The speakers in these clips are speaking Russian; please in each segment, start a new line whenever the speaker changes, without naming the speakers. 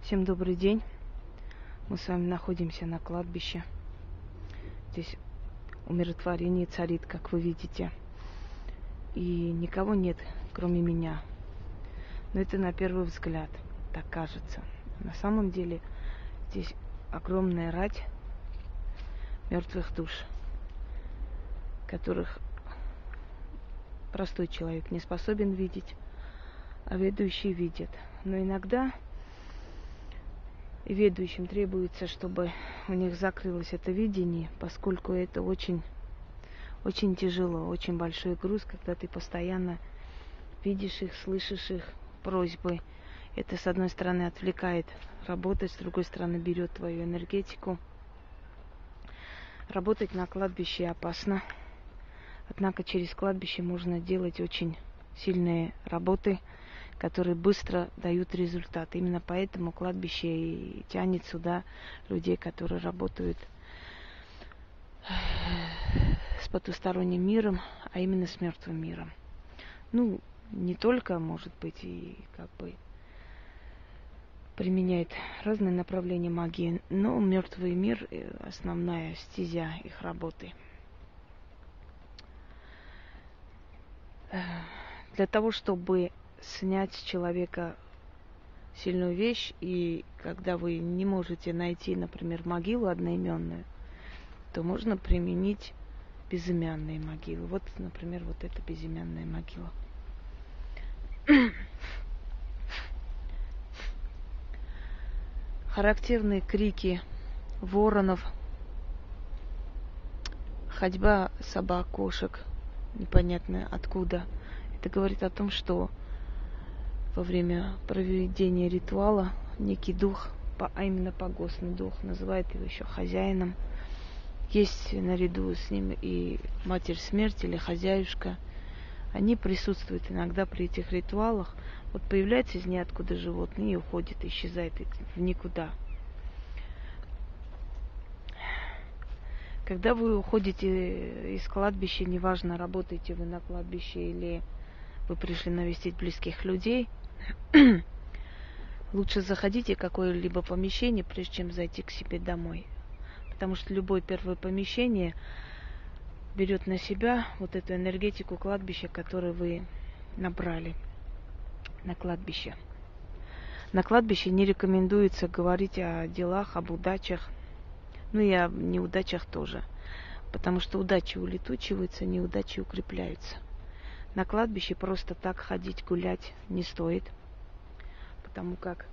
Всем добрый день. Мы с вами находимся на кладбище. Здесь умиротворение царит, как вы видите. И никого нет, кроме меня. Но это на первый взгляд, так кажется. На самом деле здесь огромная рать мертвых душ, которых простой человек не способен видеть, а ведущие видят. Но иногда и ведущим требуется, чтобы у них закрылось это видение, поскольку это очень тяжело, очень большой груз, когда ты постоянно видишь их, слышишь их просьбы. Это, с одной стороны, отвлекает работать, с другой стороны, берет твою энергетику. Работать на кладбище опасно, однако через кладбище можно делать очень сильные работы, которые быстро дают результат. Именно поэтому кладбище и тянет сюда людей, которые работают с потусторонним миром, а именно с мертвым миром. Ну, не только, может быть, и применяет разные направления магии, но мертвый мир – основная стезя их работы. Для того, чтобы снять с человека сильную вещь, и когда вы не можете найти, например, могилу одноименную, то можно применить безымянные могилы. Вот, например, вот эта безымянная могила. Характерные крики воронов, ходьба собак, кошек, непонятно откуда. Это говорит о том, что во время проведения ритуала некий дух, а именно погостный дух, называет его еще хозяином. Есть наряду с ним и Матерь Смерть или хозяюшка. Они присутствуют иногда при этих ритуалах. Вот появляется из ниоткуда животное и уходит, исчезает в никуда. Когда вы уходите из кладбища, неважно, работаете вы на кладбище или вы пришли навестить близких людей, лучше заходите в какое-либо помещение, прежде чем зайти к себе домой. Потому что любое первое помещение берет на себя вот эту энергетику кладбища, которую вы набрали на кладбище. На кладбище не рекомендуется говорить о делах, об удачах, ну и о неудачах тоже. Потому что удачи улетучиваются, неудачи укрепляются. На кладбище просто так ходить, гулять не стоит, потому как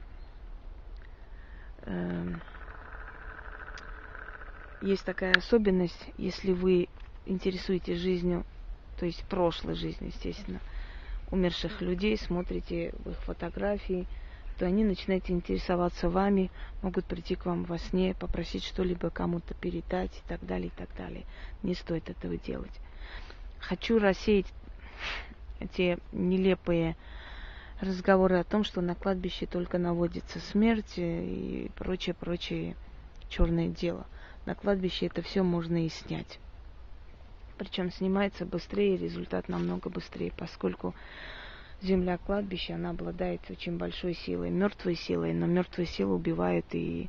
есть такая особенность, если вы интересуетесь жизнью, то есть прошлой жизнью, естественно, умерших людей, смотрите в их фотографии, то они начинают интересоваться вами, могут прийти к вам во сне, попросить что-либо кому-то передать и так далее, и так далее. Не стоит этого делать. Хочу рассеять эти нелепые разговоры о том, что на кладбище только наводится смерть и прочее черное дело. На кладбище это все можно и снять. Причем снимается быстрее, результат намного быстрее, поскольку земля кладбища, она обладает очень большой силой, мертвой силой, но мертвая сила убивает и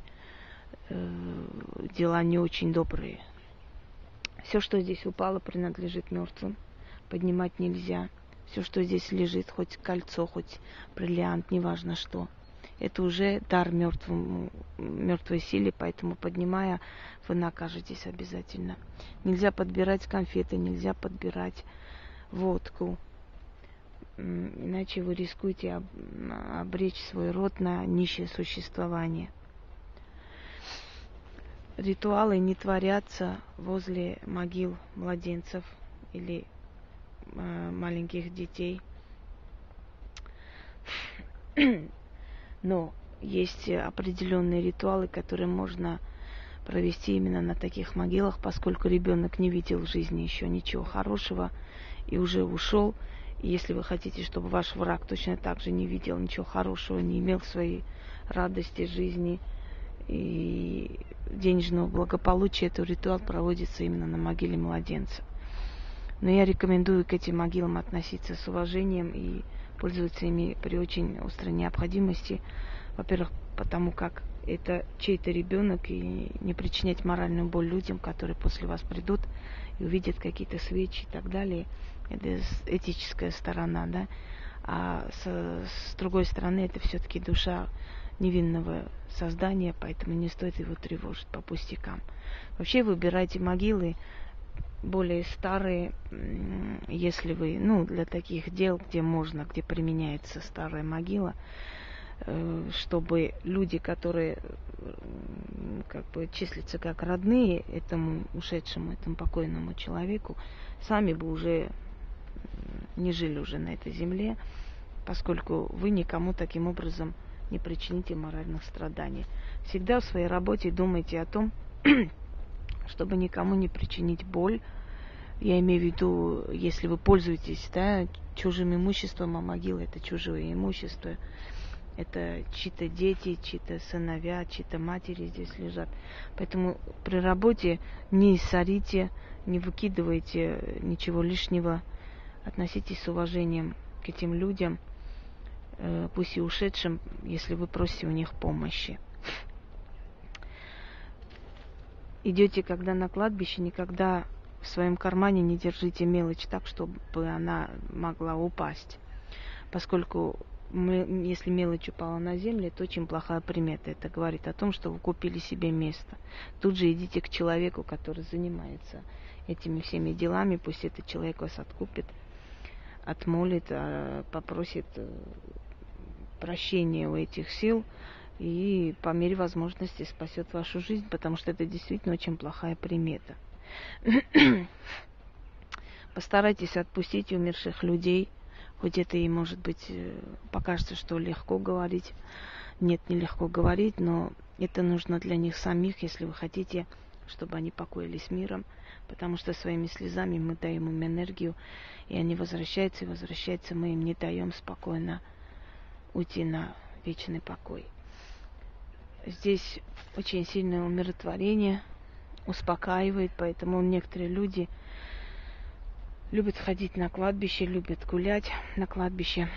дела не очень добрые. Все, что здесь упало, принадлежит мертвым. Поднимать нельзя. Все, что здесь лежит, хоть кольцо, хоть бриллиант, неважно что, это уже дар мертвой силе, поэтому, поднимая, вы накажетесь обязательно. Нельзя подбирать конфеты, нельзя подбирать водку, иначе вы рискуете обречь свой род на нищее существование. Ритуалы не творятся возле могил младенцев или маленьких детей. Но есть определенные ритуалы, которые можно провести именно на таких могилах, поскольку ребенок не видел в жизни еще ничего хорошего и уже ушел. И если вы хотите, чтобы ваш враг точно так же не видел ничего хорошего, не имел своей радости жизни и денежного благополучия, то ритуал проводится именно на могиле младенца. Но я рекомендую к этим могилам относиться с уважением и пользоваться ими при очень острой необходимости, Во-первых, потому как это чей-то ребенок, и не причинять моральную боль людям, которые после вас придут и увидят какие-то свечи и так далее. Это этическая сторона, да. А с другой стороны, это все-таки душа невинного создания, поэтому не стоит его тревожить по пустякам. Вообще выбирайте могилы более старые, если вы, для таких дел, где можно, где применяется старая могила, чтобы люди, которые как бы числятся как родные этому ушедшему, этому покойному человеку, сами бы уже не жили уже на этой земле, поскольку вы никому таким образом не причините моральных страданий. Всегда в своей работе думайте о том, чтобы никому не причинить боль. Я имею в виду, если вы пользуетесь, чужим имуществом, а могила это чужое имущество, это чьи-то дети, чьи-то сыновья, чьи-то матери здесь лежат. Поэтому при работе не ссорите, не выкидывайте ничего лишнего, относитесь с уважением к этим людям, пусть и ушедшим, если вы просите у них помощи. Идете, когда на кладбище, никогда в своем кармане не держите мелочь так, чтобы она могла упасть. Поскольку если мелочь упала на землю, это очень плохая примета. Это говорит о том, что вы купили себе место. Тут же идите к человеку, который занимается этими всеми делами. Пусть этот человек вас откупит, отмолит, попросит прощения у этих сил и по мере возможности спасет вашу жизнь, потому что это действительно очень плохая примета. Постарайтесь отпустить умерших людей, хоть это и, может быть, покажется, что легко говорить. Нет, нелегко говорить, но это нужно для них самих, если вы хотите, чтобы они покоились миром, потому что своими слезами мы даем им энергию, и они возвращаются, и возвращаются, мы им не даем спокойно уйти на вечный покой. Здесь очень сильное умиротворение, успокаивает, поэтому некоторые люди любят ходить на кладбище, любят гулять на кладбище.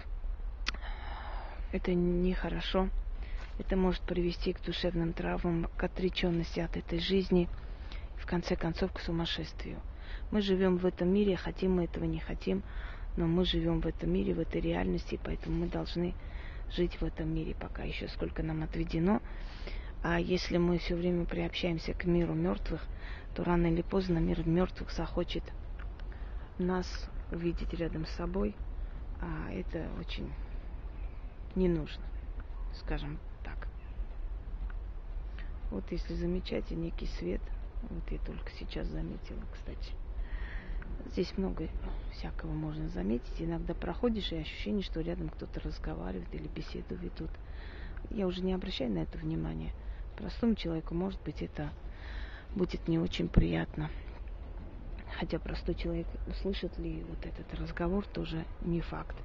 Это нехорошо. Это может привести к душевным травмам, к отреченности от этой жизни, в конце концов к сумасшествию. Мы живем в этом мире, хотим мы этого, не хотим, но мы живем в этом мире, в этой реальности, поэтому мы должны жить в этом мире, пока еще сколько нам отведено. А если мы все время приобщаемся к миру мертвых, то рано или поздно мир мертвых захочет нас увидеть рядом с собой, а это очень не нужно, скажем так. Вот если замечаете некий свет, вот я только сейчас заметила, кстати. Здесь много всякого можно заметить. Иногда проходишь, и ощущение, что рядом кто-то разговаривает или беседу ведут. Я уже не обращаю на это внимания. Простому человеку, может быть, это будет не очень приятно. Хотя простой человек услышит ли вот этот разговор, тоже не факт.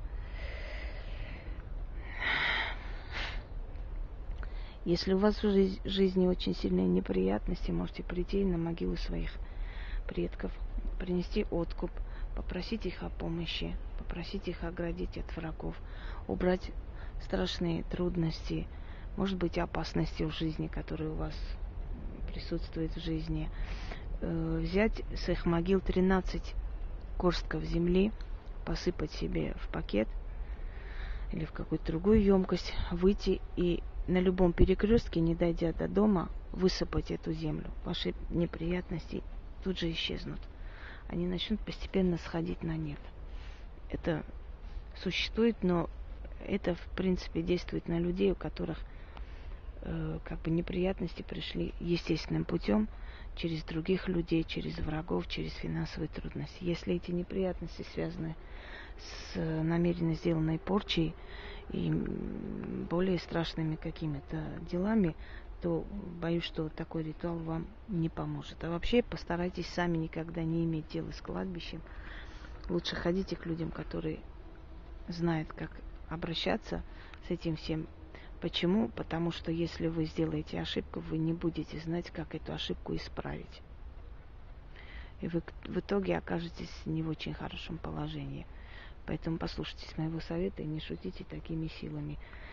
Если у вас в жизни очень сильные неприятности, можете прийти на могилу своих предков, принести откуп, попросить их о помощи, попросить их оградить от врагов, убрать страшные трудности, может быть, опасности в жизни, которые у вас присутствуют в жизни. Взять с их могил 13 горстков земли, посыпать себе в пакет или в какую-то другую емкость, выйти и на любом перекрестке, не дойдя до дома, высыпать эту землю. Ваши неприятности тут же исчезнут. Они начнут постепенно сходить на нет. Это существует, но это, в принципе, действует на людей, у которых неприятности пришли естественным путем, через других людей, через врагов, через финансовые трудности. Если эти неприятности связаны с намеренно сделанной порчей и более страшными какими-то делами, то боюсь, что такой ритуал вам не поможет. А вообще постарайтесь сами никогда не иметь дела с кладбищем. Лучше ходите к людям, которые знают, как обращаться с этим всем. Почему? Потому что если вы сделаете ошибку, вы не будете знать, как эту ошибку исправить. И вы в итоге окажетесь не в очень хорошем положении. Поэтому послушайтесь моего совета и не шутите такими силами.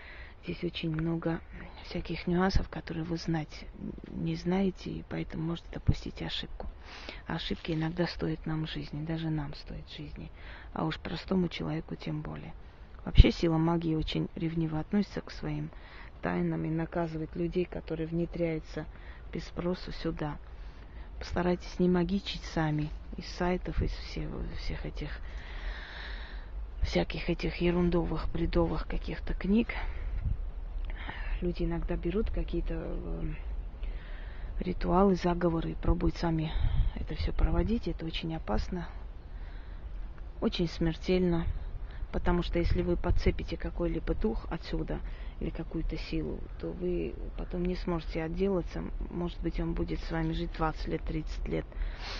здесь очень много всяких нюансов, которые вы знать не знаете, и поэтому можете допустить ошибку. А ошибки иногда стоят нам жизни, даже нам стоят жизни, а уж простому человеку тем более. Вообще сила магии очень ревниво относится к своим тайнам и наказывает людей, которые внедряются без спросу сюда. Постарайтесь не магичить сами из сайтов, из всех этих всяких этих ерундовых, бредовых каких-то книг. Люди иногда берут какие-то ритуалы, заговоры и пробуют сами это все проводить. Это очень опасно, очень смертельно, потому что если вы подцепите какой-либо дух отсюда или какую-то силу, то вы потом не сможете отделаться. Может быть, он будет с вами жить 20 лет, 30 лет.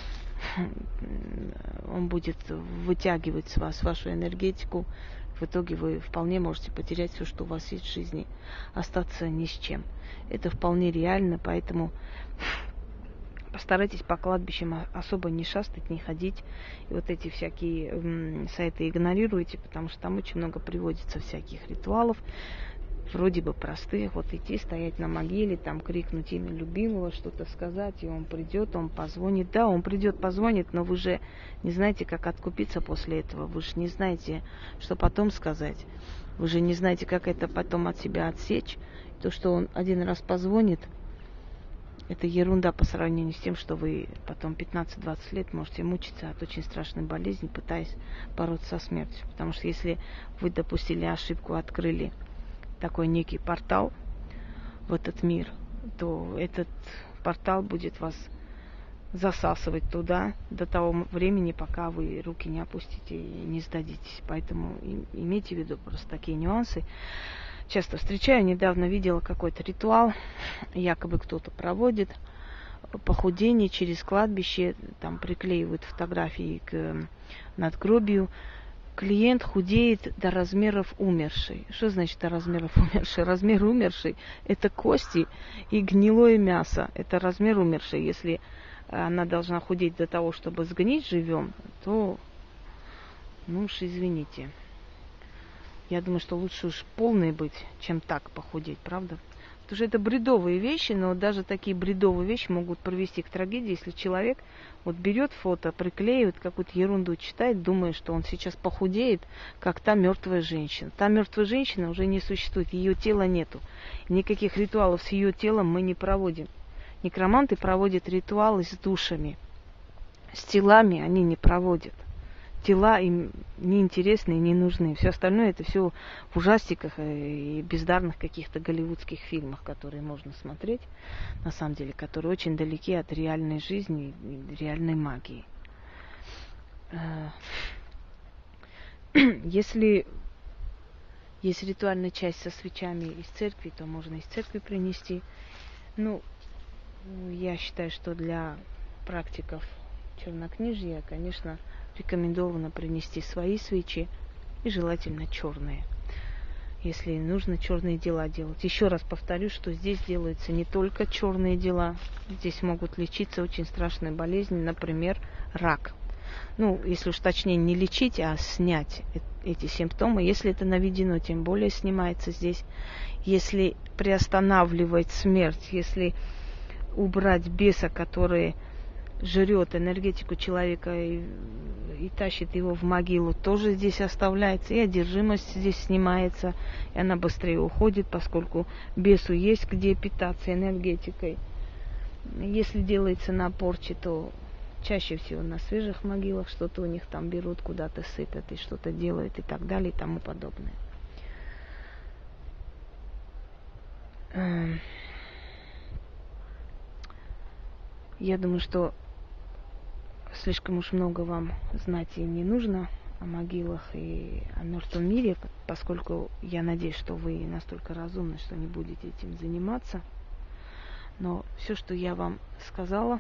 Он будет вытягивать с вас вашу энергетику. В итоге вы вполне можете потерять все, что у вас есть в жизни, остаться ни с чем. Это вполне реально, поэтому постарайтесь по кладбищам особо не шастать, не ходить. И вот эти всякие сайты игнорируйте, потому что там очень много приводится всяких ритуалов, вроде бы простых. Вот идти, стоять на могиле, там крикнуть имя любимого, что-то сказать, и он придет, он позвонит. Да, он придет, позвонит, но вы же не знаете, как откупиться после этого. Вы же не знаете, что потом сказать. Вы же не знаете, как это потом от себя отсечь. То, что он один раз позвонит, это ерунда по сравнению с тем, что вы потом 15-20 лет можете мучиться от очень страшной болезни, пытаясь бороться со смертью. Потому что если вы допустили ошибку, открыли такой некий портал в этот мир, то этот портал будет вас засасывать туда до того времени, пока вы руки не опустите и не сдадитесь. Поэтому имейте в виду просто такие нюансы. Часто встречаю, недавно видела какой-то ритуал, якобы кто-то проводит похудение через кладбище, там приклеивают фотографии к надгробию. Клиент худеет до размеров умершей. Что значит до размеров умершей? Размер умершей – это кости и гнилое мясо. Это размер умершей. Если она должна худеть до того, чтобы сгнить живем, то, ну уж извините. Я думаю, что лучше уж полной быть, чем так похудеть, правда? Потому что это бредовые вещи, но даже такие бредовые вещи могут привести к трагедии, если человек вот берет фото, приклеивает какую-то ерунду, читает, думая, что он сейчас похудеет, как та мертвая женщина. Та мертвая женщина уже не существует, ее тела нету. Никаких ритуалов с ее телом мы не проводим. Некроманты проводят ритуалы с душами. С телами они не проводят. Тела им не интересны и не нужны. Все остальное это все в ужастиках и бездарных каких-то голливудских фильмах, которые можно смотреть, на самом деле, которые очень далеки от реальной жизни и реальной магии. Если есть ритуальная часть со свечами из церкви, то можно из церкви принести. Ну, я считаю, что для практиков чернокнижья, конечно, рекомендовано принести свои свечи и желательно черные, если нужно черные дела делать. Еще раз повторю, что здесь делаются не только черные дела, здесь могут лечиться очень страшные болезни, например, рак. Ну, если уж точнее не лечить, а снять эти симптомы. Если это наведено, тем более снимается здесь. Если приостанавливать смерть, если убрать беса, который жрет энергетику человека и тащит его в могилу, тоже здесь оставляется, и одержимость здесь снимается, и она быстрее уходит, поскольку бесу есть где питаться энергетикой. Если делается на порче, то чаще всего на свежих могилах что-то у них там берут, куда-то сыпят и что-то делают и так далее и тому подобное. Я думаю, что слишком уж много вам знать и не нужно о могилах и о мертвом мире, поскольку я надеюсь, что вы настолько разумны, что не будете этим заниматься. Но все, что я вам сказала,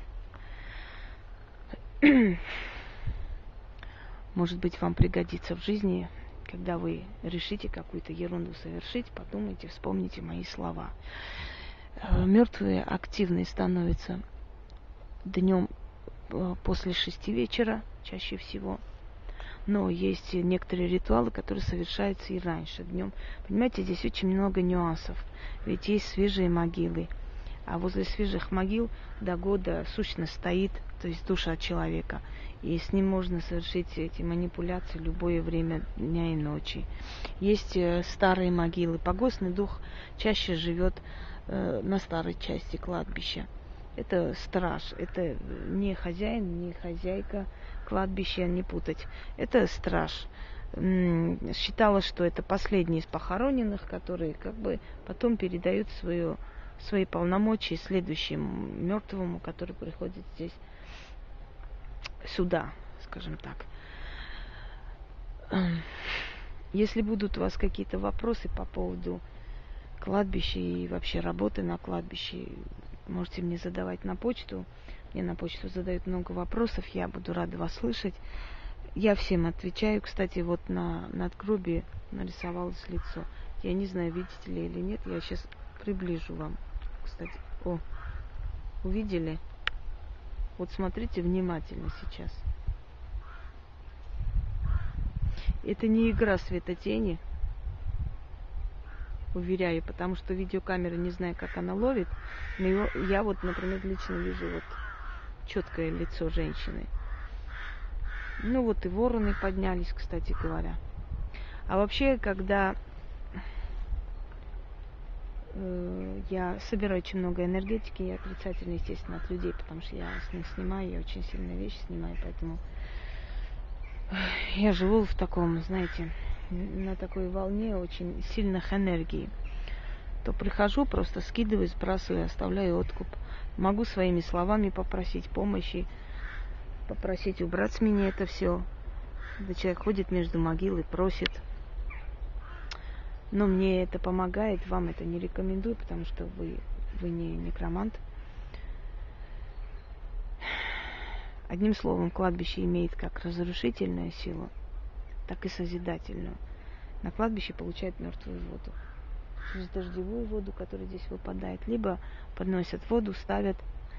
может быть, вам пригодится в жизни, когда вы решите какую-то ерунду совершить, подумайте, вспомните мои слова. Мертвые активные становятся днем после 6 вечера, чаще всего. Но есть некоторые ритуалы, которые совершаются и раньше, днем. Понимаете, здесь очень много нюансов. Ведь есть свежие могилы. А возле свежих могил до года сущность стоит, то есть душа человека. И с ним можно совершить эти манипуляции любое время дня и ночи. Есть старые могилы. Погостный дух чаще живет на старой части кладбища. Это страж, это не хозяин, не хозяйка кладбища, не путать. Это страж. Считалось, что это последний из похороненных, которые как бы потом передают свои полномочия следующему мертвому, который приходит здесь сюда, скажем так. Если будут у вас какие-то вопросы по поводу кладбища и вообще работы на кладбище, можете мне задавать на почту. Мне на почту задают много вопросов, я буду рада вас слышать. Я всем отвечаю. Кстати, вот на надгробии нарисовалось лицо. Я не знаю, видите ли или нет. Я сейчас приближу вам. Кстати, увидели? Вот смотрите внимательно сейчас. Это не игра светотени, уверяю, потому что видеокамера, не знаю, как она ловит, но я вот, например, лично вижу вот четкое лицо женщины. Ну вот и вороны поднялись, кстати говоря. А вообще, когда я собираю очень много энергетики, я отрицательно, естественно, от людей, потому что я с них снимаю, я очень сильные вещи снимаю, поэтому я живу в таком, знаете, на такой волне очень сильных энергий. То прихожу, просто скидываю, сбрасываю, оставляю откуп. Могу своими словами попросить помощи, попросить убрать с меня это все. Когда человек ходит между могил и просит. Но мне это помогает, вам это не рекомендую, потому что вы не некромант. Одним словом, кладбище имеет как разрушительную силу, так и созидательную. На кладбище получают мертвую воду. Через дождевую воду, которая здесь выпадает, либо подносят воду, ставят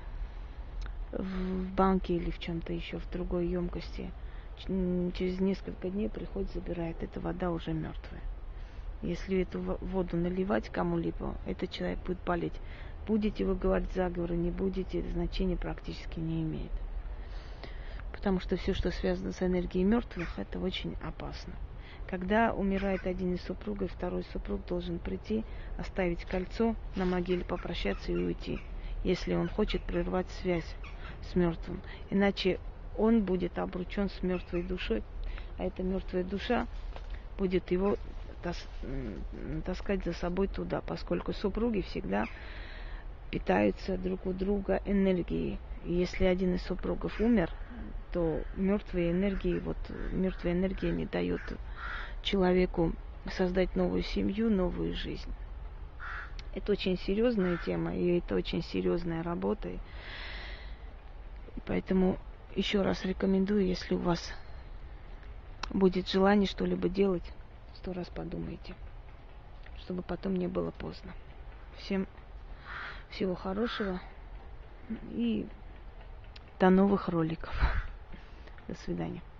в банке или в чем-то еще, в другой емкости. Через несколько дней приходит, забирает. Эта вода уже мертвая. Если эту воду наливать кому-либо, этот человек будет болеть. Будете вы говорить заговоры, не будете, значения практически не имеет. Потому что все, что связано с энергией мертвых, это очень опасно. Когда умирает один из супругов, второй супруг должен прийти, оставить кольцо на могиле, попрощаться и уйти, если он хочет прервать связь с мертвым. Иначе он будет обручен с мертвой душой, а эта мертвая душа будет его таскать за собой туда, поскольку супруги всегда питаются друг у друга энергией. И если один из супругов умер, то мертвая энергия не дает человеку создать новую семью, новую жизнь. Это очень серьезная тема, и это очень серьезная работа. И поэтому еще раз рекомендую, если у вас будет желание что-либо делать, 100 раз подумайте, чтобы потом не было поздно. Всем всего хорошего и до новых роликов. До свидания.